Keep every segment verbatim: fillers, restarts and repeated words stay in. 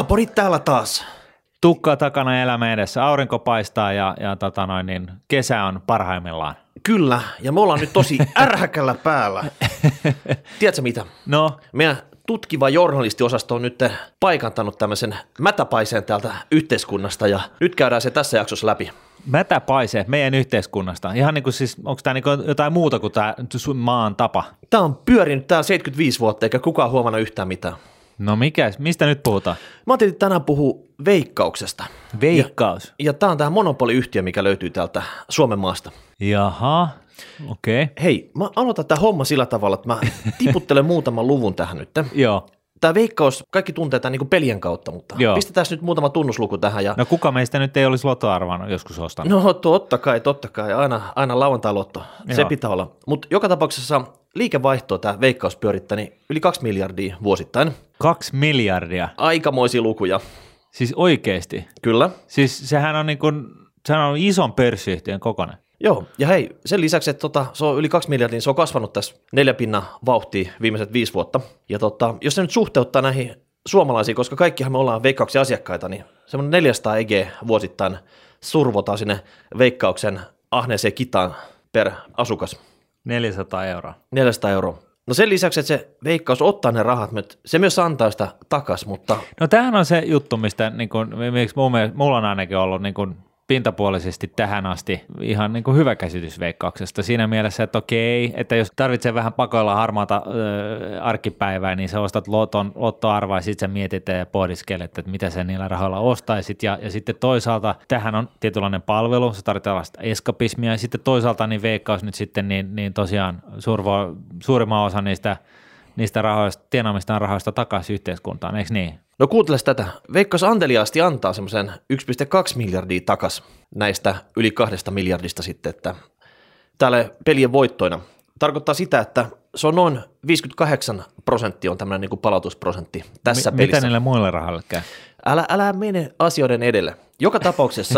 Naapuri täällä taas. Tukka takana, elämä edessä, aurinko paistaa ja, ja tota noin, niin kesä on parhaimmillaan. Kyllä, ja me ollaan nyt tosi ärhäkällä päällä. Tiedätkö mitä? No? Meidän tutkiva journalistiosasto on nyt paikantanut tämmöisen mätäpaiseen täältä yhteiskunnasta, ja nyt käydään se tässä jaksossa läpi. Mätäpaisee meidän yhteiskunnasta. Ihan niin kuin siis, onko tämä niin kuin jotain muuta kuin tämä maan tapa? Tämä on pyörinyt täällä seitsemänkymmentäviisi vuotta, eikä kukaan huomannut yhtään mitään. No mikä, mistä nyt puhutaan? Mä ajattelin tänään puhua Veikkauksesta. Veikkaus? Ja, ja tämä on tämä monopoliyhtiö, mikä löytyy täältä Suomen maasta. Jaha, okei. Okay. Hei, mä aloitan tämä homma sillä tavalla, että mä tiputtelen muutaman luvun tähän nyt. Joo. Tämä Veikkaus, kaikki tuntee tämän niin pelien kautta, mutta Joo. pistetään nyt muutama tunnusluku tähän. Ja... No kuka meistä nyt ei olisi lottoarvannut joskus ostanut? No totta kai, totta kai, aina, aina lauantai-lotto, Joo. se pitää olla. Mutta joka tapauksessa liikevaihtoa tämä Veikkaus pyörittää niin yli kaksi miljardia vuosittain. Kaksi miljardia? Aikamoisia lukuja. Siis oikeasti? Kyllä. Siis sehän on, niin kuin, sehän on ison pörssiyhtiön kokoinen. Joo, ja hei, sen lisäksi, että tota, se on yli kaksi miljardia, niin se on kasvanut tässä neljä pinnan vauhtia viimeiset viisi vuotta. Ja tota, jos se nyt suhteuttaa näihin suomalaisiin, koska kaikkihan me ollaan Veikkauksen asiakkaita, niin semmoinen neljäsataa E G vuosittain survotaan sinne Veikkauksen ahneeseen kitaan per asukas. neljäsataa euroa. neljäsataa euroa. No sen lisäksi, että se Veikkaus ottaa ne rahat, se myös antaa sitä takas, mutta... No tämähän on se juttu, mistä niin kun, miksi mulla on ainakin ollut niin kun pintapuolisesti tähän asti ihan niin kuin hyvä käsitys Veikkauksesta siinä mielessä, että okei, että jos tarvitsee vähän pakoilla harmaata ö, arkipäivää, niin sä ostat loton, lottoarvaa ja sitten sä mietit ja pohdiskelet, että mitä sä niillä rahoilla ostaisit ja, ja sitten toisaalta tähän on tietynlainen palvelu, se tarvitsee tällaista eskapismia ja sitten toisaalta niin Veikkaus nyt sitten niin, niin tosiaan survoo suurimman osa niistä niistä rahoista, tienaamistaan rahoista takaisin yhteiskuntaan, eikö niin? No kuunteles tätä. Veikkaus anteliaasti antaa semmoisen yksi pilkku kaksi miljardia takas näistä yli kahdesta miljardista sitten, että täällä pelien voittoina. Tarkoittaa sitä, että se on noin viisikymmentäkahdeksan prosenttia on tämmöinen niin kuin palautusprosentti tässä M- pelissä. Mitä niille muille rahoille käy? Älä, älä mene asioiden edelle. Joka tapauksessa,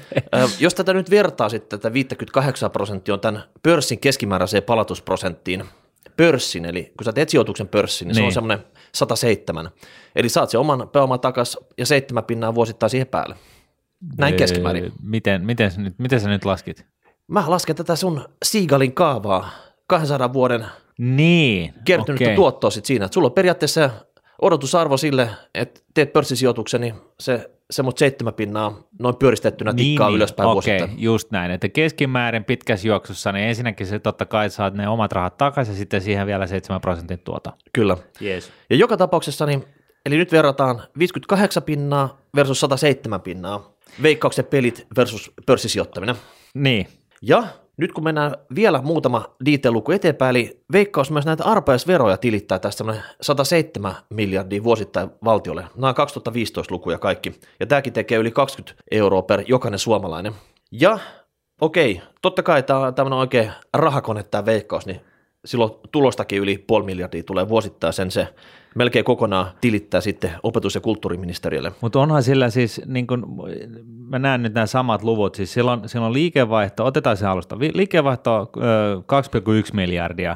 jos tätä nyt vertaa sitten, tätä viisikymmentäkahdeksan prosenttia on tämän pörssin keskimääräiseen palautusprosenttiin, pörssin, eli kun sä teet sijoituksen pörssin, niin, niin se on semmoinen sata seitsemän. Eli saat se oman pääoman takas ja seitsemän pinnaa vuosittain siihen päälle. Näin keskimäärin. Miten, miten, sä nyt, miten sä nyt laskit? Mä lasken tätä sun Seagalin kaavaa, kahdensadan vuoden niin, kertynyttä okay. tuottoa sit siinä. Et sulla on periaatteessa odotusarvo sille, että teet pörssisijoituksen, niin se semmoista seitsemän pinnaa noin pyöristettynä tikkaa niin, ylöspäin okay, vuosittain. Okei, just näin, että keskimäärin pitkässä juoksussa, niin ensinnäkin se totta kai saat ne omat rahat takaisin ja sitten siihen vielä seitsemän prosentin tuota. Kyllä. Yes. Ja joka tapauksessa, niin, eli nyt verrataan viisikymmentäkahdeksan pinnaa versus sata seitsemän pinnaa, Veikkauksen pelit versus pörssisijoittaminen. Niin. Ja nyt kun mennään vielä muutama detail-luku eteenpäin, eli Veikkaus myös näitä arpajaisveroja tilittää tästä sata seitsemän miljardia vuosittain valtiolle. Nämä on kaksituhattaviisitoista lukuja kaikki, ja tämäkin tekee yli kaksikymmentä euroa per jokainen suomalainen. Ja okei, totta kai tämä on tämmöinen oikein rahakone tämä Veikkaus, niin silloin tulostakin yli puoli miljardia tulee vuosittain, sen se melkein kokonaan tilittää sitten opetus- ja kulttuuriministeriölle. Mutta onhan sillä siis, niin kun, mä näen nyt nämä samat luvut, siis silloin, silloin liikevaihto, otetaan se alusta, liikevaihto kaksi pilkku yksi miljardia,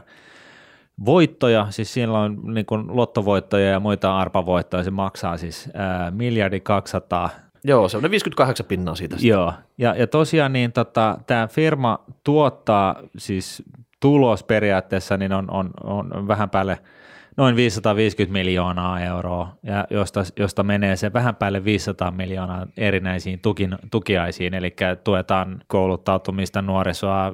voittoja, siis silloin niin kun lottovoittoja ja muita arpavoittoja, se maksaa siis ää, miljardi kaksisataa. Joo, se on viisikymmentäkahdeksan pinnaa siitä. Joo, ja, ja tosiaan niin tota, tämä firma tuottaa siis tulos periaatteessa niin on, on, on vähän päälle noin viisisataaviisikymmentä miljoonaa euroa, ja josta, josta menee se vähän päälle viisisataa miljoonaa erinäisiin tukin, tukiaisiin, eli tuetaan kouluttautumista, nuorisoa,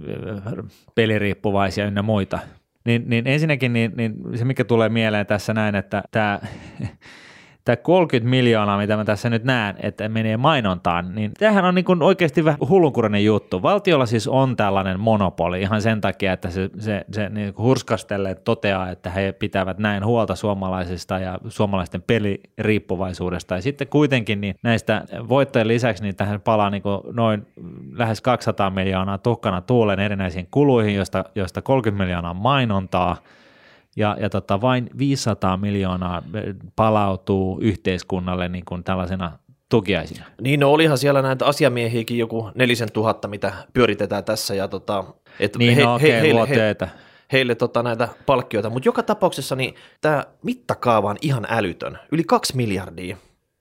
peliriippuvaisia ynnä muita. Niin, niin ensinnäkin niin, niin se, mikä tulee mieleen tässä näin, että tämä tämä kolmekymmentä miljoonaa, mitä mä tässä nyt näen, että menee mainontaan, niin tämähän on niin kuin oikeasti vähän hullunkurinen juttu. Valtiolla siis on tällainen monopoli ihan sen takia, että se, se, se niin hurskastelle toteaa, että he pitävät näin huolta suomalaisista ja suomalaisten peliriippuvaisuudesta. Ja sitten kuitenkin niin näistä voittojen lisäksi niin tähän palaa niin kuin noin lähes kaksisataa miljoonaa tukkana tuulen erinäisiin kuluihin, josta, josta kolmekymmentä miljoonaa mainontaa. Ja, ja tota, vain viisisataa miljoonaa palautuu yhteiskunnalle niin kuin tällaisena tukiaisina. Niin, no olihan siellä näitä asiamiehiäkin joku nelisen tuhatta, mitä pyöritetään tässä. Ja tota, et niin, he, no okei, he, heille, he, heille tota, näitä palkkioita, mutta joka tapauksessa niin tämä mittakaava on ihan älytön. Yli kaksi miljardia.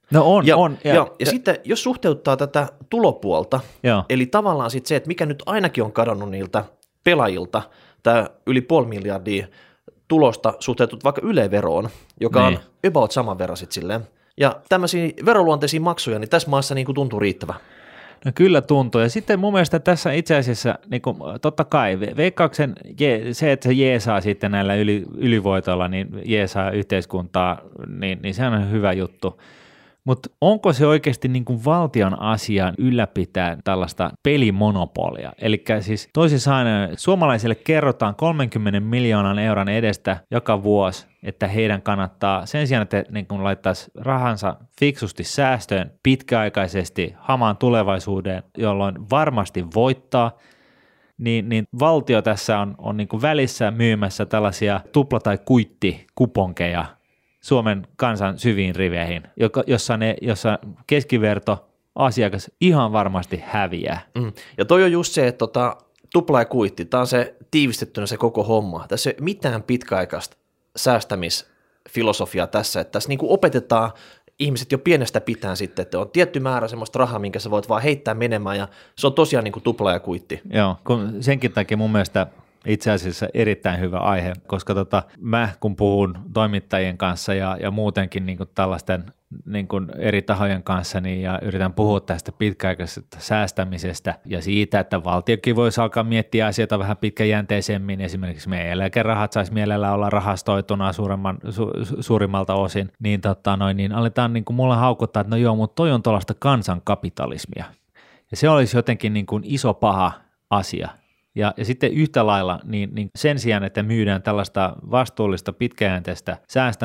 No on, ja, on. Ja, ja, ja sitten jos suhteuttaa tätä tulopuolta, Joo. eli tavallaan sitten se, että mikä nyt ainakin on kadonnut niiltä pelaajilta, tämä yli puoli miljardia tulosta suhteutut vaikka Yle-veroon, joka niin. on about saman verran sitten silleen. Ja tämmöisiä veroluonteisia maksuja, niin tässä maassa niin kuin tuntuu riittävä. No kyllä tuntuu. Ja sitten mun mielestä tässä itse asiassa, niin kuin, totta kai, Veikkauksen se, että se jeesaa sitten näillä yli, ylivoitoilla, niin jeesaa yhteiskuntaa, niin, niin se on hyvä juttu. Mutta onko se oikeasti niin kuin valtion asian ylläpitää tällaista pelimonopolia? Eli siis toisin sanoen suomalaisille kerrotaan kolmenkymmenen miljoonan euron edestä joka vuosi, että heidän kannattaa sen sijaan, että niin kuin laittaisi rahansa fiksusti säästöön pitkäaikaisesti hamaan tulevaisuuteen, jolloin varmasti voittaa, niin, niin valtio tässä on, on niin kuin välissä myymässä tällaisia tupla- tai kuittikuponkeja Suomen kansan syviin riveihin, jossa, ne, jossa keskiverto asiakas ihan varmasti häviää. Mm. Ja toi on just se, että tota, tupla ja kuitti, tämä on se tiivistettynä se koko homma. Tässä ei ole mitään pitkäaikaista säästämisfilosofiaa tässä, että tässä niin kuin opetetaan ihmiset jo pienestä pitäen sitten, että on tietty määrä semmoista rahaa, minkä sä voit vaan heittää menemään, ja se on tosiaan niin kuin tupla ja kuitti. Joo, kun senkin takia mun mielestä itse asiassa erittäin hyvä aihe, koska tota, mä kun puhun toimittajien kanssa ja, ja muutenkin niin kuin tällaisten niin kuin eri tahojen kanssa niin, ja yritän puhua tästä pitkäaikaisesta säästämisestä ja siitä, että valtiokin voisi alkaa miettiä asioita vähän pitkäjänteisemmin, esimerkiksi meidän eläkerahat saisi mielellään olla rahastoituna suuremman, su, suurimmalta osin, niin, tota, noin, niin aletaan niin kuin mulle haukuttaa, että no joo, mutta toi on tuollaista kansankapitalismia ja se olisi jotenkin niin kuin iso paha asia. Ja, ja sitten yhtä lailla, niin, niin sen sijaan, että myydään tällaista vastuullista pitkäjänteistä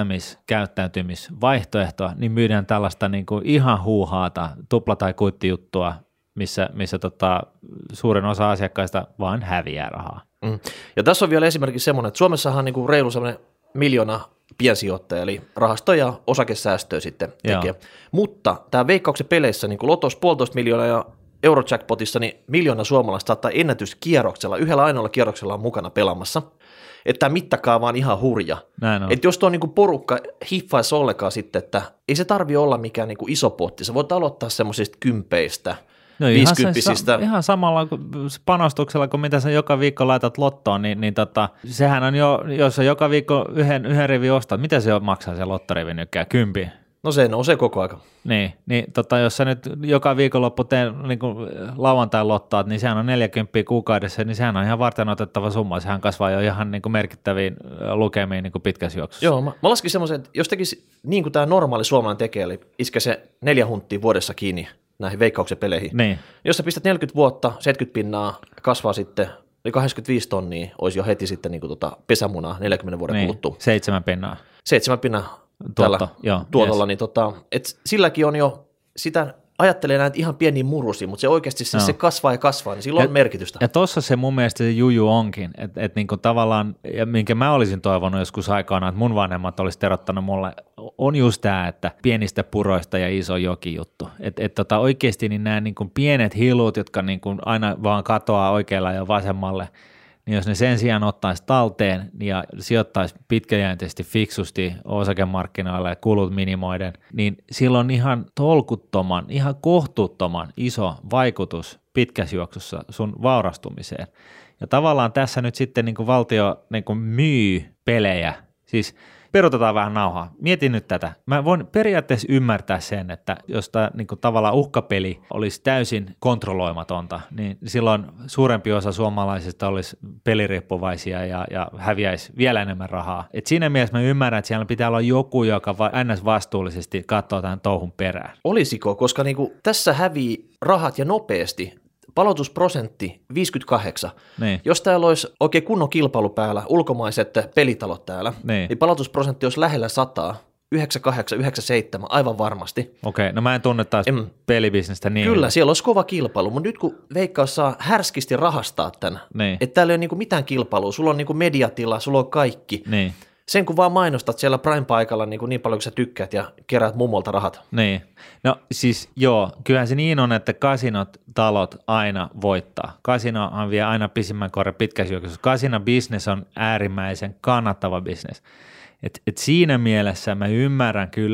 säästämiskäyttäytymisvaihtoehtoa, niin myydään tällaista niin kuin ihan huuhaata tupla- tai kuittijuttua, missä, missä tota, suurin osa asiakkaista vaan häviää rahaa. Mm. Ja tässä on vielä esimerkiksi semmoinen, että Suomessahan on niin kuin reilu semmoinen miljoona piensijoittaja, eli rahasto- ja osakesäästöä sitten tekee. Joo. Mutta tämä Veikkauksen peleissä, niin kuin Lotos puolitoista miljoonaa ja Eurojackpotissa, niin miljoona suomalaista saattaa ennätyskierroksella, yhdellä ainoalla kierroksella on mukana pelaamassa. Että tämä mittakaava on ihan hurja. Että jos tuo niinku porukka hiffaisi ollenkaan sitten, että ei se tarvitse olla mikään niinku iso potti, sä voit aloittaa semmoisista kympeistä, no viisikymppisistä. Ihan, ihan samalla panostuksella kuin mitä sä joka viikko laitat lottoon, niin, niin tota, sehän on jo, jos sä joka viikko yhden, yhden rivin ostat, mitä se maksaa se lottorivi nytkään, kympi? No se nousee koko aika. Niin, niin tota, jos sä nyt joka viikonloppu teen niin lauantain lottaat, niin sehän on neljäkymmentä kuukaudessa, niin sehän on ihan varten otettava summa. Sehän kasvaa jo ihan niin kuin merkittäviin lukemiin niin kuin pitkässä juoksussa. Joo, mä, mä laskin semmoisen, että jos tekisi niin kuin tämä normaali suomalainen tekee, eli iskä se neljä hunttia vuodessa kiinni näihin Veikkauksen peleihin. Niin. Jos sä pistät neljäkymmentä vuotta, seitsemänkymmentä pinnaa, kasvaa sitten, eli kahdeksankymmentäviisi tonnia olisi jo heti sitten niin kuin tota pesämunaa neljänkymmenen vuoden niin, kuluttua. Seitsemän pinnaa. Seitsemän pinnaa. Tuotto, joo, tuotolla, yes. Niin tota, et silläkin on jo, sitä ajattelee näitä ihan pieniä murusia, mutta se oikeasti se, no. se kasvaa ja kasvaa, niin sillä ja, on merkitystä. Ja tuossa se mun mielestä se juju onkin, että et niinku tavallaan, ja minkä mä olisin toivonut joskus aikana, että mun vanhemmat olisi terottanut mulle, on just tämä, että pienistä puroista ja iso joki juttu. Että et tota oikeasti niin nämä niinku pienet hilut, jotka niinku aina vaan katoaa oikealla ja vasemmalle, niin jos ne sen sijaan ottaisi talteen ja sijoittaisi pitkäjänteisesti fiksusti osakemarkkinoille ja kulut minimoiden, niin sillä on ihan tolkuttoman, ihan kohtuuttoman iso vaikutus pitkässä juoksussa sun vaurastumiseen. Ja tavallaan tässä nyt sitten niin kuin valtio niin kuin myy pelejä, siis peruutetaan vähän nauhaa. Mietin nyt tätä. Mä voin periaatteessa ymmärtää sen, että jos tämä niin kuin tavallaan uhkapeli olisi täysin kontrolloimatonta, niin silloin suurempi osa suomalaisista olisi peliriippuvaisia ja, ja häviäisi vielä enemmän rahaa. Et siinä mielessä mä ymmärrän, että siellä pitää olla joku, joka ns. Vastuullisesti katsoo tämän touhun perään. Olisiko, koska niin kuin tässä hävii rahat ja nopeasti. Palautusprosentti viisikymmentäkahdeksan. Niin. Jos täällä olisi oikein kunnon kilpailu päällä, ulkomaiset pelitalot täällä, niin, niin palautusprosentti olisi lähellä sataa, yhdeksänkymmentäkahdeksan yhdeksänkymmentäseitsemän aivan varmasti. Okei, no mä en tunne taas en, pelibisnestä niin. Kyllä, siellä olisi kova kilpailu, mutta nyt kun Veikkaus saa härskisti rahastaa tämän, niin, että täällä ei ole niinku mitään kilpailua, sulla on niinku mediatila, sulla on kaikki. Niin. Sen kun vaan mainostat siellä Prime-paikalla niin, niin paljon kuin sä tykkäät ja keräät mummolta rahat. Niin, no siis joo, kyllähän se niin on, että kasinot, talot aina voittaa. Kasinohan vie aina pisimmän korren pitkässä juoksussa. Kasinobisnes on äärimmäisen kannattava bisnes. Et, et siinä mielessä mä ymmärrän kyllä,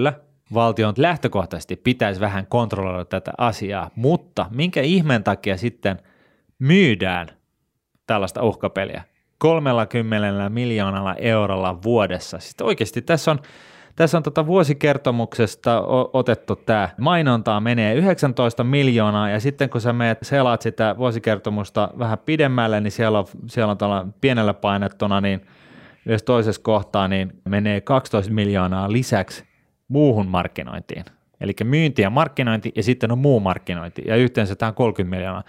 valtion lähtökohtaisesti pitäisi vähän kontrolloida tätä asiaa, mutta minkä ihmeen takia sitten myydään tällaista uhkapeliä kolmekymmentä miljoonalla eurolla vuodessa? Siis oikeasti tässä on, tässä on tota vuosikertomuksesta otettu tämä mainontaa menee yhdeksäntoista miljoonaa ja sitten kun sä menet selaat sitä vuosikertomusta vähän pidemmälle, niin siellä on, siellä on tällä pienellä painettuna, niin yhdessä toisessa kohtaa niin menee kaksitoista miljoonaa lisäksi muuhun markkinointiin. Eli myynti ja markkinointi ja sitten on muu markkinointi ja yhteensä tämä on kolmekymmentä miljoonaa.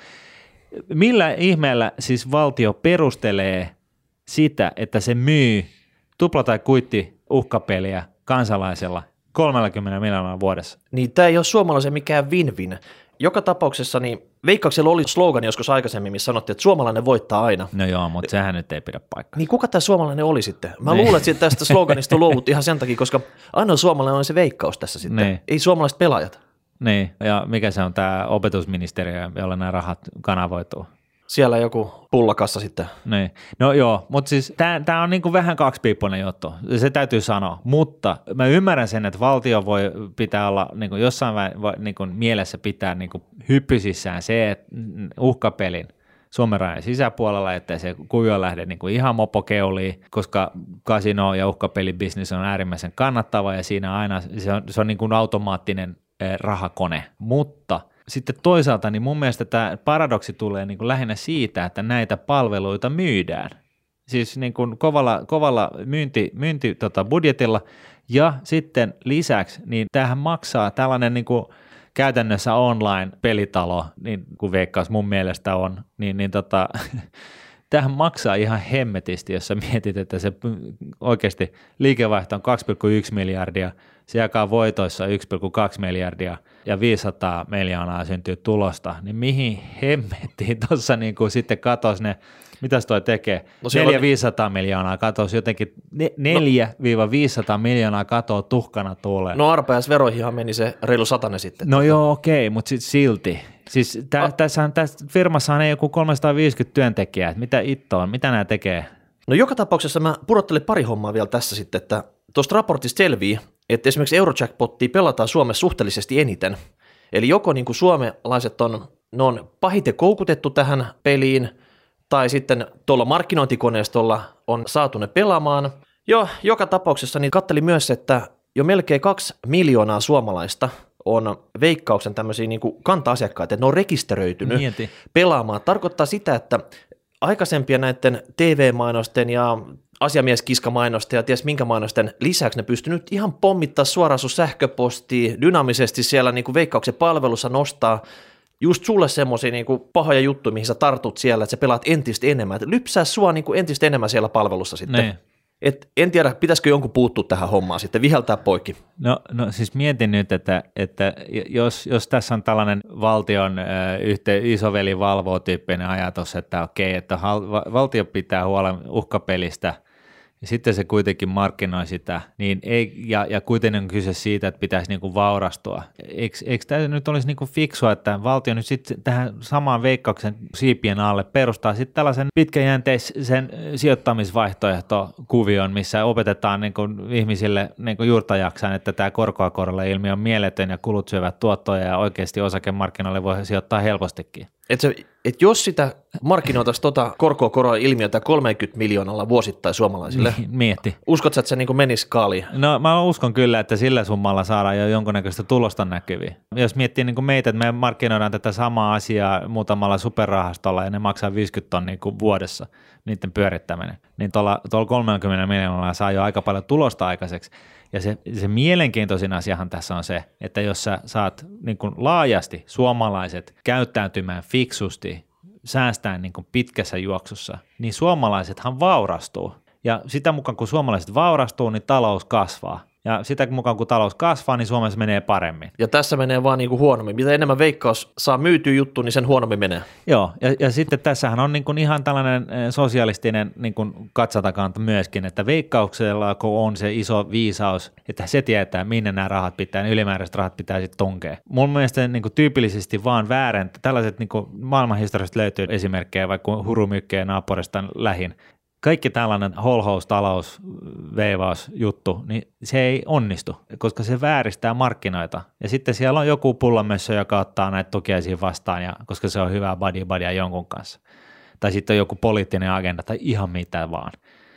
Millä ihmeellä siis valtio perustelee sitä, että se myy tupla- tai kuitti uhkapeliä kansalaisella kolmekymmentä miljoonaa vuodessa? Niin tämä ei ole suomalaisen mikään win-win. Joka tapauksessa niin Veikkauksella oli slogan joskus aikaisemmin, missä sanottiin, että suomalainen voittaa aina. No joo, mutta sehän nyt ei pidä paikkaa. Niin kuka tämä suomalainen oli sitten? Mä ne. luulen, että tästä sloganista on luovuttu ihan sen takia, koska ainoa suomalainen on se Veikkaus tässä sitten. Ne. Ei suomalaiset pelaajat. Niin, ja mikä se on tämä opetusministeriö, jolla nämä rahat kanavoituu? Siellä joku pullakassa sitten. Niin. No joo, mutta siis tämä on niinku vähän kaksipiippunen juttu, se täytyy sanoa, mutta mä ymmärrän sen, että valtio voi pitää olla niinku jossain niinku mielessä pitää niinku hyppysissään se, että uhkapelin Suomen rajan sisäpuolella, että se kuvio lähde niinku ihan mopokeuliin, koska kasino- ja uhkapelibisnis on äärimmäisen kannattava ja siinä aina se on, se on niinku automaattinen rahakone, mutta sitten toisaalta niin mun mielestä tämä paradoksi tulee niin kuin lähinnä siitä, että näitä palveluita myydään. Siis niin kuin kovalla, kovalla myynti, myynti tota budjetilla ja sitten lisäksi niin tämähän maksaa tällainen niin kuin käytännössä online-pelitalo, niin kuin Veikkaus mun mielestä on, niin, niin tota, tämähän maksaa ihan hemmetisti, jos sä mietit, että se oikeasti liikevaihto on kaksi pilkku yksi miljardia, se jakaa voitoissa yksi pilkku kaksi miljardia ja viisisataa miljoonaa syntyy tulosta, niin mihin hemmettiin tuossa niin kuin sitten katosi ne, mitäs toi tekee, no neljä viisisataa miljoonaa katosi jotenkin, neljä viisisataa miljoonaa katoa tuhkana tuuleen. No arpajaisveroihinhan meni se reilu satanen sitten. No joo, okei, mutta sit silti. Siis tä, A- tässä, tässä firmassahan ei joku kolmesataaviisikymmentä työntekijää, että mitä itto on, mitä nämä tekee? No joka tapauksessa mä pudottelen pari hommaa vielä tässä sitten, että tuosta raportista selvii, että esimerkiksi Eurojackpottia pelataan Suomessa suhteellisesti eniten. Eli joko niin kuin suomalaiset on, ne on pahiten koukutettu tähän peliin, tai sitten tuolla markkinointikoneistolla on saatu ne pelaamaan. Jo, joka tapauksessa niin katselin myös, että jo melkein kaksi miljoonaa suomalaista on Veikkauksen tämmöisiä niin kuin kanta-asiakkaita, että ne on rekisteröitynyt Mieti. pelaamaan. Tarkoittaa sitä, että aikaisempia näiden T V-mainosten ja asiamieskiskamainosten ja ties minkä mainosten lisäksi ne pystyy nyt ihan pommittaa suoraan sun sähköpostiin, dynaamisesti siellä niin kuin Veikkauksen palvelussa nostaa just sulle semmoisia niin kuin pahoja juttuja, mihin sä tartut siellä, että sä pelaat entistä enemmän, että lypsää sua niin kuin entistä enemmän siellä palvelussa sitten. Ne. Et en tiedä, pitäisikö jonkun puuttua tähän hommaan sitten, viheltää poikki. No, no siis mietin nyt, että, että jos, jos tässä on tällainen valtion äh, yhte, isoveli valvoo tyyppinen ajatus, että okei, että hal, valtio pitää huolen uhkapelistä, ja sitten se kuitenkin markkinoi sitä, niin ei, ja, ja kuitenkin on kyse siitä, että pitäisi niinku vaurastua. Eikö, eikö tämä nyt olisi niinku fiksua, että valtio nyt sitten tähän samaan Veikkauksen siipien alle perustaa sitten tällaisen pitkäjänteisen sijoittamisvaihtoehtokuvion, missä opetetaan niinku ihmisille niinku juurtajaksaan, että tämä korkoa korolla ilmiö on mieletön ja kulut syövät tuottoja ja oikeasti osakemarkkinoille voi sijoittaa helpostikin. Et se, et jos sitä markkinoitaisiin tuota korkoa korolla ilmiötä kolmekymmentä miljoonalla vuosittain suomalaisille, niin, mieti. Uskotko, että se niin menisi kaaliin? No mä uskon kyllä, että sillä summalla saadaan jo jonkunnäköistä tulosta näkyviä. Jos miettii niin kuin meitä, että me markkinoidaan tätä samaa asiaa muutamalla superrahastolla ja ne maksaa viisikymmentä tonnia vuodessa niiden pyörittäminen, niin tuolla, tuolla kolmekymmentä miljoonalla saa jo aika paljon tulosta aikaiseksi. Ja se, se mielenkiintoisin asiahan tässä on se, että jos sä saat niin kuin laajasti suomalaiset käyttäytymään fiksusti, säästäen niin kuin pitkässä juoksussa, niin suomalaisethan vaurastuu. Ja sitä mukaan kun suomalaiset vaurastuu, niin talous kasvaa. Ja sitä mukaan kun talous kasvaa, niin Suomessa menee paremmin. Ja tässä menee vaan niin kuin huonommin. Mitä enemmän Veikkaus saa myytyä juttu, niin sen huonommin menee. Joo, ja, ja sitten tässähän on niin kuin ihan tällainen sosialistinen niin kuin katsatakanta myöskin, että Veikkauksella on se iso viisaus, että se tietää, minne nämä rahat pitää, ne ylimääräiset rahat pitää sitten tunkea. Mun mielestä niin kuin tyypillisesti vaan väärin, tällaiset niin kuin maailmanhistoriasta löytyy esimerkkejä, vaikka hurumykkeen naapurista lähin, kaikki tällainen holhoustalous, veivausjuttu, niin se ei onnistu, koska se vääristää markkinoita. Ja sitten siellä on joku pullamössö, joka ottaa näitä tukiaisia vastaan, ja, koska se on hyvää buddy-buddyä jonkun kanssa. Tai sitten on joku poliittinen agenda tai ihan mitä vaan.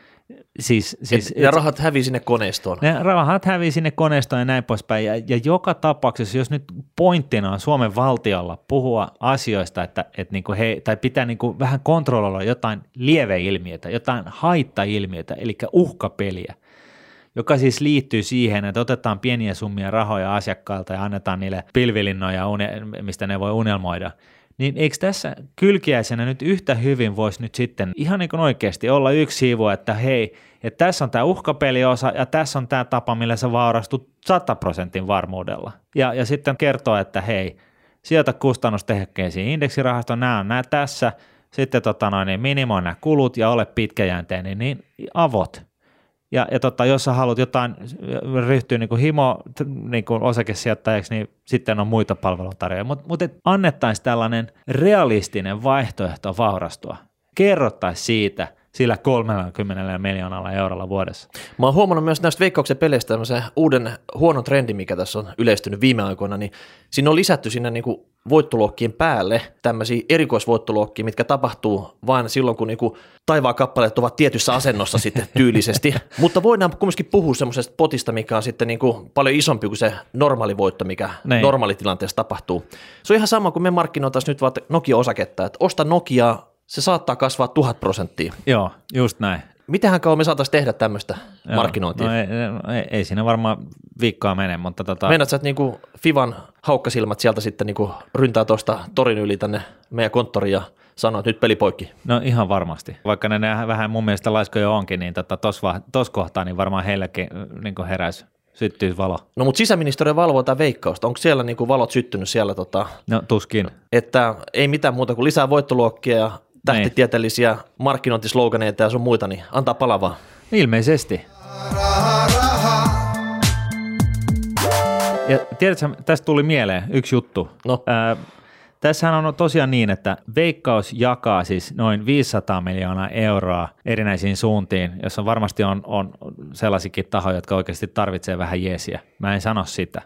Siis, siis, ja rahat hävii sinne koneistoon. Ne rahat hävii sinne koneistoon ja näin poispäin. Ja, ja joka tapauksessa, jos nyt pointtina on Suomen valtiolla puhua asioista, että, että niinku he, tai pitää niinku vähän kontrolloida jotain lieveilmiötä, jotain haittailmiötä, eli uhkapeliä, joka siis liittyy siihen, että otetaan pieniä summia rahoja asiakkailta ja annetaan niille pilvilinnoja, mistä ne voi unelmoida. Niin eikö tässä kylkiäisenä nyt yhtä hyvin voisi nyt sitten ihan niin kuin oikeasti olla yksi siivu, että hei, että tässä on tämä uhkapeliosa ja tässä on tämä tapa, millä sä vaurastut sata prosentin varmuudella. Ja, ja sitten kertoo, että hei, sijoita kustannustehokkeisiin indeksirahastoon, nämä on nämä tässä, sitten tota noin, niin minimoi nämä kulut ja ole pitkäjänteinen, niin avot. Ja, ja tota, jos sä haluat jotain ryhtyä niin kuin himo niin kuin osakesijoittajaksi, niin sitten on muita palveluntarjoajia. Mutta mut annettaisiin tällainen realistinen vaihtoehto vaurastua. Kerrottaisiin siitä sillä kolmekymmentä miljoonalla eurolla vuodessa. Mä oon huomannut myös näistä Veikkauksen peleistä tämmöisen uuden huonon trendin, mikä tässä on yleistynyt viime aikoina, niin siinä on lisätty sinne niin kuin voittoluokkien päälle tämmöisiä erikoisvoittoluokkia, mitkä tapahtuu vain silloin, kun niinku taivaan kappaleet ovat tietyssä asennossa sitten tyylisesti, mutta voidaan kumminkin puhua semmoisesta potista, mikä on sitten niinku paljon isompi kuin se normaali voitto, mikä Nein. normaalitilanteessa tapahtuu. Se on ihan sama kuin me markkinoitaisiin nyt vaan Nokia-osaketta, että osta Nokiaa, se saattaa kasvaa tuhat prosenttia. Joo, just näin. Mitähän kauan me saataisiin tehdä tämmöistä Joo, markkinointia? No ei, ei, ei siinä varmaan viikkoa mene, mutta tota... Meinaat sä, että niinku Fivan haukkasilmat sieltä sitten niinku ryntää tuosta torin yli tänne meidän konttoriin ja sanoo, että nyt peli poikki? No ihan varmasti. Vaikka ne vähän mun mielestä laiskoja onkin, niin tuossa tota, tos kohtaa niin varmaan heillekin niin heräisi. Syttyisi valo. No mutta sisäministeriö valvoo tätä Veikkausta. Onko siellä niinku valot syttynyt siellä? Tota, no tuskin. Että ei mitään muuta kuin lisää voittoluokkia ja tähtitieteellisiä markkinointisloganeita ja sun muita, niin antaa palavaa. Ilmeisesti. Ja tiedätkö, tästä tuli mieleen yksi juttu. No. Ää, tässähän on tosiaan niin, että Veikkaus jakaa siis noin viisisataa miljoonaa euroa erinäisiin suuntiin, jossa varmasti on, on sellaisikin tahoja, jotka oikeasti tarvitsee vähän jeesiä. Mä en sano sitä.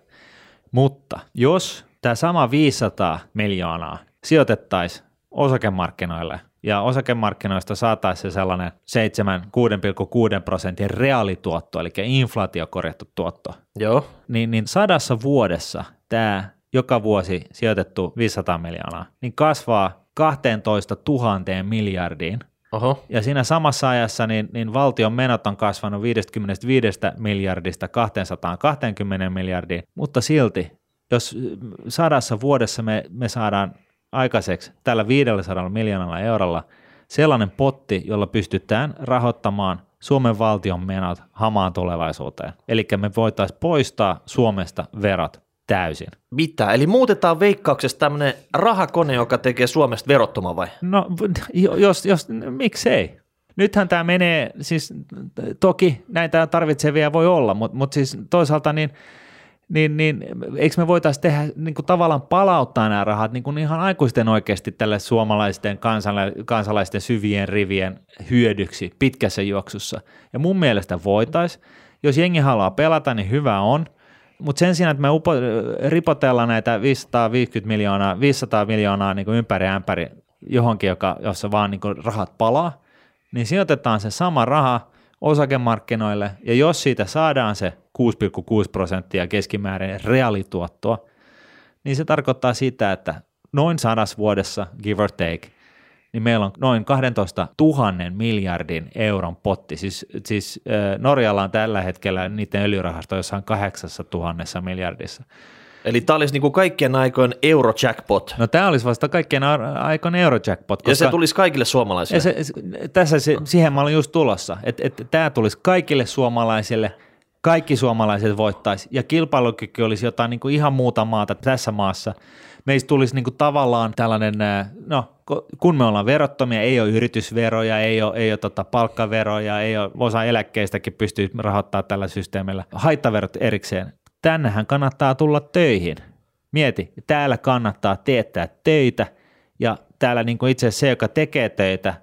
Mutta jos tämä sama viisisataa miljoonaa sijoitettaisiin osakemarkkinoille ja osakemarkkinoista saataisiin se sellainen seitsemän kuusi pilkku kuusi prosentin reaalituotto, eli inflaatiokorjattu tuotto, Joo. Niin, niin sadassa vuodessa tämä joka vuosi sijoitettu viisisataa miljoonaa, niin kasvaa kaksitoista tuhatta miljardiin. Oho. Ja siinä samassa ajassa niin, niin valtion menot on kasvanut viisikymmentäviisi miljardista kaksisataakaksikymmentä miljardiin, mutta silti, jos sadassa vuodessa me, me saadaan aikaiseksi tällä viisisataa miljoonalla eurolla sellainen potti, jolla pystytään rahoittamaan Suomen valtion menot hamaan tulevaisuuteen. Eli me voitaisiin poistaa Suomesta verot täysin. Mitä? Eli muutetaan Veikkauksesta tämmöinen rahakone, joka tekee Suomesta verottoman vai? No jos, jos miksei? Nythän tämä menee, siis toki näitä tarvitsevia voi olla, mutta, mutta siis toisaalta niin Niin, niin eikö me voitaisiin tehdä niin kuin tavallaan palauttaa nämä rahat niin kuin ihan aikuisten oikeasti tälle suomalaisten kansala- kansalaisten syvien rivien hyödyksi pitkässä juoksussa. Ja mun mielestä voitaisiin. Jos jengi haluaa pelata, niin hyvä on. Mutta sen sijaan, että me upo- ripotellaan näitä viisisataaviisikymmentä miljoonaa, viisisataa miljoonaa niin kuin ympäri ämpäri johonkin, joka, jossa vaan niin kuin rahat palaa, niin sijoitetaan se sama raha osakemarkkinoille, ja jos siitä saadaan se kuusi pilkku kuusi prosenttia keskimäärin reaalituottoa, niin se tarkoittaa sitä, että noin sadas vuodessa, give or take, niin meillä on noin kaksitoista tuhatta miljardin euron potti. Siis, siis Norjalla on tällä hetkellä niiden öljyrahasto jossain kahdeksassa miljardissa. Eli tämä olisi niin kuin kaikkien aikojen eurojackpot. No tämä olisi vasta kaikkien aikojen eurojackpot. Koska ja se tulisi kaikille suomalaisille. Se, tässä se, siihen mä olin just tulossa, että, että tämä tulisi kaikille suomalaisille, kaikki suomalaiset voittaisi ja kilpailukyky olisi jotain niin kuin ihan muuta maata tässä maassa. Meistä tulisi niin kuin tavallaan tällainen, no kun me ollaan verottomia, ei ole yritysveroja, ei ole, ei ole tota palkkaveroja, ei ole, osa eläkkeistäkin pystyy rahoittamaan tällä systeemillä, haittaverot erikseen. Tännehän kannattaa tulla töihin. Mieti, täällä kannattaa teettää töitä ja täällä niin kuin itse asiassa se, joka tekee töitä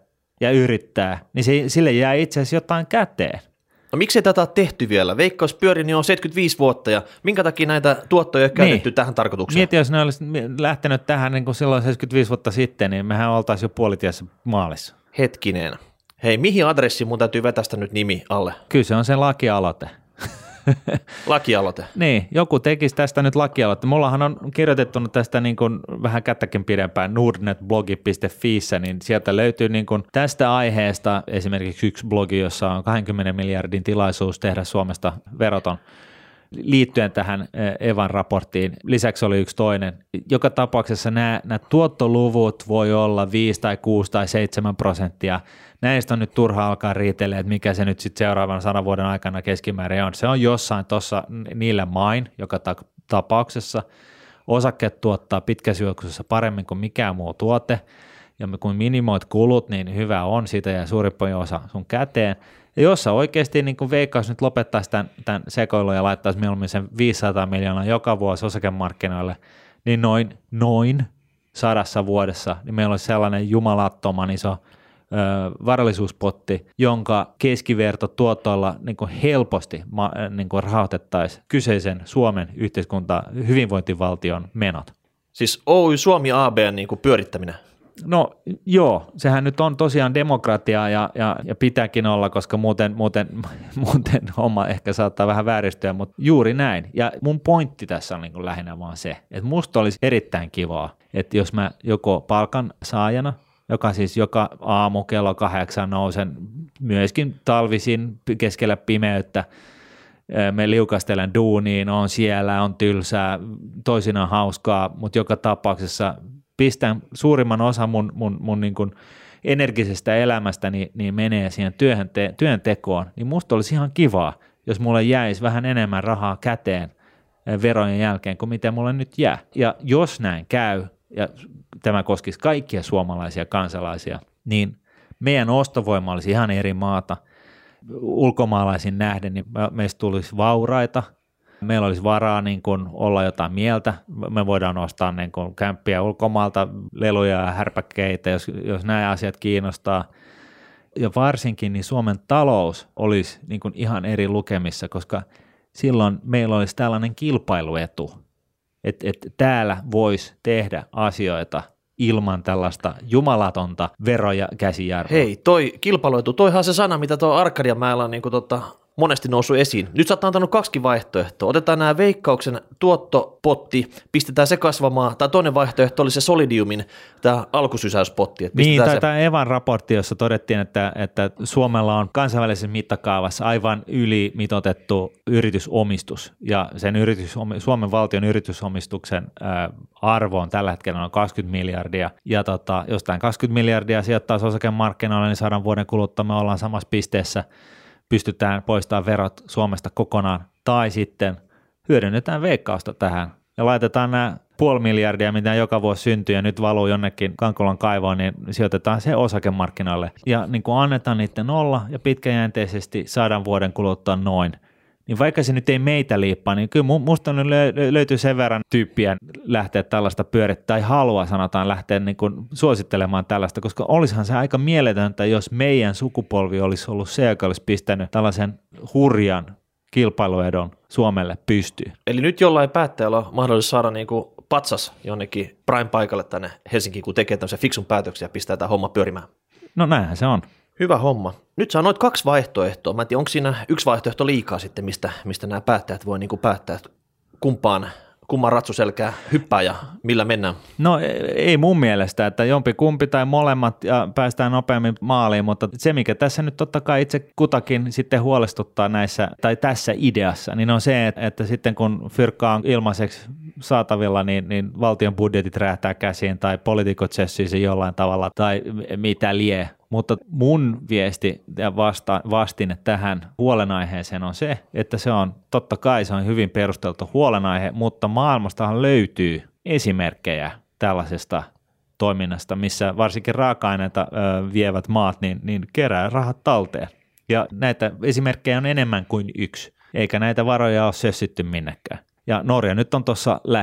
ja yrittää, niin se, sille jää itse asiassa jotain käteen. No miksei tätä ole tehty vielä? Veikkaus pyöri niin on seitsemänkymmentäviisi vuotta ja minkä takia näitä tuottoja ei ole käytetty niin tähän tarkoitukseen? Mieti, jos ne olisi lähtenyt tähän niin kuin silloin seitsemänkymmentäviisi vuotta sitten, niin mehän oltaisiin jo puolitiessä maalissa. Hetkinen. Hei, mihin adressiin mun täytyy vetästä nyt nimi alle? Kyllä se on sen lakialoite. Lakialoite. Niin, joku tekisi tästä nyt lakialoite. Mullahan on kirjoitettu tästä niin kuin vähän kättäkin pidempään nordnet-blogi piste fiissä, niin sieltä löytyy niin kuin tästä aiheesta esimerkiksi yksi blogi, jossa on kaksikymmentä miljardin tilaisuus tehdä Suomesta veroton liittyen tähän Evan raporttiin. Lisäksi oli yksi toinen. Joka tapauksessa nämä, nämä tuottoluvut voi olla viisi tai kuusi tai seitsemän prosenttia. Näistä on nyt turha alkaa riitelee, että mikä se nyt sitten seuraavan sadan vuoden aikana keskimäärin on. Se on jossain tuossa niillä main, joka tapauksessa. Osakkeet tuottaa pitkässä juoksussa paremmin kuin mikään muu tuote, ja kun minimoit kulut, niin hyvä on siitä ja suurin osa sun käteen. Ja jos sä oikeasti niin kun Veikkaus nyt lopettaisi tämän, tämän sekoilun ja laittaisi mieluummin sen viisisataa miljoonaa joka vuosi osakemarkkinoille, niin noin, noin sadassa vuodessa, niin meillä olisi sellainen jumalattoman iso varallisuuspotti, jonka keskiverto tuotolla niin kuin helposti niin kuin rahoitettaisiin kyseisen Suomen yhteiskunta hyvinvointivaltion menot. Siis Oy Suomi A B:n niin kuin pyörittäminen. No joo, sehän nyt on tosiaan demokratiaa ja, ja, ja pitääkin olla, koska muuten, muuten, muuten homma ehkä saattaa vähän vääristyä, mutta juuri näin. Ja mun pointti tässä on niin kuin lähinnä vaan se, että musta olisi erittäin kivaa, että jos mä joko palkan saajana, joka siis joka aamu kello kahdeksan nousen myöskin talvisin keskellä pimeyttä, me liukastelen duuniin, on siellä, on tylsää, toisinaan hauskaa, mutta joka tapauksessa pistän suurimman osan mun, mun, mun niin kuin energisestä elämästäni niin menee siihen työhön te, työntekoon, niin musta olisi ihan kivaa, jos mulle jäisi vähän enemmän rahaa käteen verojen jälkeen kuin mitä mulle nyt jää. Ja jos näin käy, ja tämä koskisi kaikkia suomalaisia kansalaisia, niin meidän ostovoima olisi ihan eri maata. Ulkomaalaisiin nähden, niin meistä tulisi vauraita, meillä olisi varaa niin kuin olla jotain mieltä, me voidaan ostaa niin kuin kämppiä ulkomaalta, leluja ja härpäkkeitä, jos, jos nämä asiat kiinnostaa. Ja varsinkin niin Suomen talous olisi niin kuin ihan eri lukemissa, koska silloin meillä olisi tällainen kilpailuetu, että et täällä voisi tehdä asioita ilman tällaista jumalatonta vero- ja käsijarrua. Hei, toi kilpailuetu, toihan se sana, mitä tuo Arkadianmäellä on niin kuin tota, monesti noussut esiin. Nyt sä oot antanut kaksi vaihtoehtoa. Otetaan nämä Veikkauksen tuottopotti, pistetään se kasvamaan, tai toinen vaihtoehto oli se Solidiumin tämä alkusysäyspotti. Niin, tai se... tämä Evan raportti, jossa todettiin, että, että Suomella on kansainvälisessä mittakaavassa aivan ylimitoitettu yritysomistus, ja sen yritys, Suomen valtion yritysomistuksen ää, arvo on tällä hetkellä noin kaksikymmentä miljardia, ja tota, jostain kaksikymmentä miljardia sijoittaisi osakemarkkinoille, niin sadan vuoden kuluttua me ollaan samassa pisteessä, pystytään poistamaan verot Suomesta kokonaan, tai sitten hyödynnetään Veikkausta tähän ja laitetaan nämä puoli miljardia, mitä joka vuosi syntyy ja nyt valuu jonnekin Kankolan kaivoon, niin sijoitetaan se osakemarkkinoille ja niin kuin annetaan niiden olla ja pitkäjänteisesti sadan vuoden kuluttua noin. Niin vaikka se nyt ei meitä liippaa, niin kyllä musta löytyy sen verran tyyppiä lähteä tällaista pyörittämään tai halua sanotaan lähteä niin kuin suosittelemaan tällaista, koska olisihan se aika mieletöntä, jos meidän sukupolvi olisi ollut se, joka olisi pistänyt tällaisen hurjan kilpailuedon Suomelle pystyyn. Eli nyt jollain päättäjällä on mahdollisuus saada niin kuin patsas jonnekin prime-paikalle tänne Helsinkiin, kun tekee tämmöisen fiksun päätöksiä ja pistää tämä homma pyörimään. No näinhän se on. Hyvä homma. Nyt sä anoit kaksi vaihtoehtoa. Mä en tiedä, onko siinä yksi vaihtoehto liikaa sitten, mistä, mistä nämä päättäjät voi niin kuin päättää, että kumpaan, kumman ratsuselkää hyppää ja millä mennään? No ei mun mielestä, että jompi kumpi tai molemmat ja päästään nopeammin maaliin, mutta se mikä tässä nyt totta kai itse kutakin sitten huolestuttaa näissä tai tässä ideassa, niin on se, että, että sitten kun fyrkka on ilmaiseksi saatavilla, niin, niin valtion budjetit räjähtää käsiin tai poliitikot sessii jollain tavalla tai mitä lie. Mutta mun viesti ja vasta, vastine tähän huolenaiheeseen on se, että se on totta kai se on hyvin perusteltu huolenaihe, mutta maailmastahan löytyy esimerkkejä tällaisesta toiminnasta, missä varsinkin raaka-aineita ö, vievät maat niin, niin kerää rahat talteen. Ja näitä esimerkkejä on enemmän kuin yksi, eikä näitä varoja ole sössitty minnekään. Ja Norja nyt on tuossa lähin.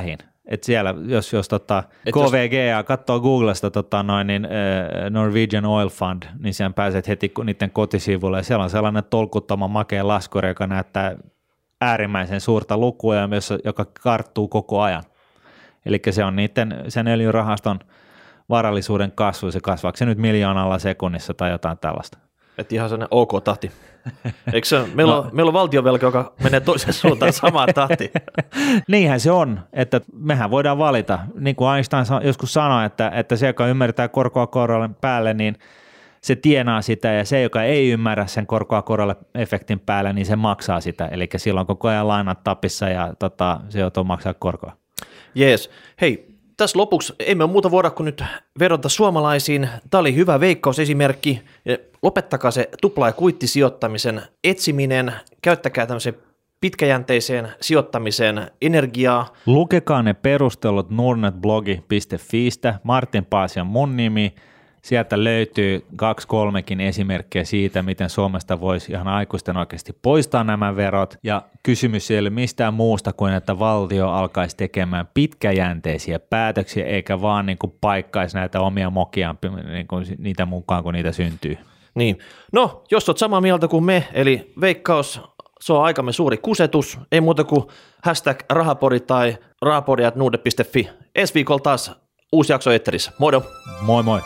että siellä, jos, jos tota, K V G A katsoo Googlesta tota, noin, niin, uh, Norwegian Oil Fund, niin siellä pääset heti niiden kotisivuille, ja siellä on sellainen tolkuttoman makea laskuri, joka näyttää äärimmäisen suurta lukua, joka karttuu koko ajan. Eli se on niiden, sen öljyrahaston varallisuuden kasvu, se kasvaako se nyt miljoonalla sekunnissa tai jotain tällaista. Että ihan sellainen ok tahti. Eikö se, meillä, no. on, meillä on valtionvelka, joka menee toiseen suuntaan samaan tahtiin. Niinhän se on, että mehän voidaan valita. Niin kuin Einstein joskus sanoi, että, että se, joka ymmärtää korkoa korolle päälle, niin se tienaa sitä, ja se, joka ei ymmärrä sen korkoa korolle efektin päälle, niin se maksaa sitä. Eli silloin koko ajan lainat tapissa ja tota, se joutuu maksaa korkoa. Jees. Hei, tässä lopuksi emme ole muuta voida kuin nyt vedota suomalaisiin. Tämä oli hyvä veikkausesimerkki. Lopettakaa se tupla- ja kuittisijoittamisen etsiminen. Käyttäkää tämmöisen pitkäjänteiseen sijoittamiseen energiaa. Lukekaa ne perustelut nordnetblogi piste fiistä. Martin Paasi on mun nimi. Sieltä löytyy kaksi kolmekin esimerkkiä siitä, miten Suomesta voisi ihan aikuisten oikeasti poistaa nämä verot. Ja kysymys ei ole mistään muusta kuin, että valtio alkaisi tekemään pitkäjänteisiä päätöksiä, eikä vaan niin kuin paikkaisi näitä omia mokiaan niin kuin niitä mukaan, kun niitä syntyy. Niin. No, jos olet samaa mieltä kuin me, eli Veikkaus, se on aikamme suuri kusetus, ei muuta kuin hashtag rahapodi tai rahapodi at nordnet piste fi. Ensi viikolla taas uusi jakso eetterissä. Moido! Moi moi!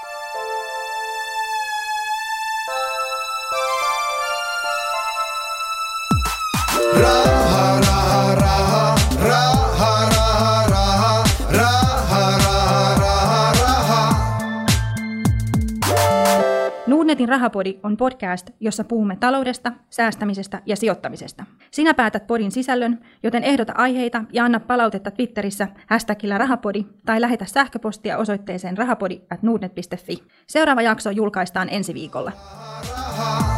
Nordnetin Rahapodi on podcast, jossa puhumme taloudesta, säästämisestä ja sijoittamisesta. Sinä päätät podin sisällön, joten ehdota aiheita ja anna palautetta Twitterissä hashtagillä rahapodi tai lähetä sähköpostia osoitteeseen rahapodi at nordnet piste fi. Seuraava jakso julkaistaan ensi viikolla.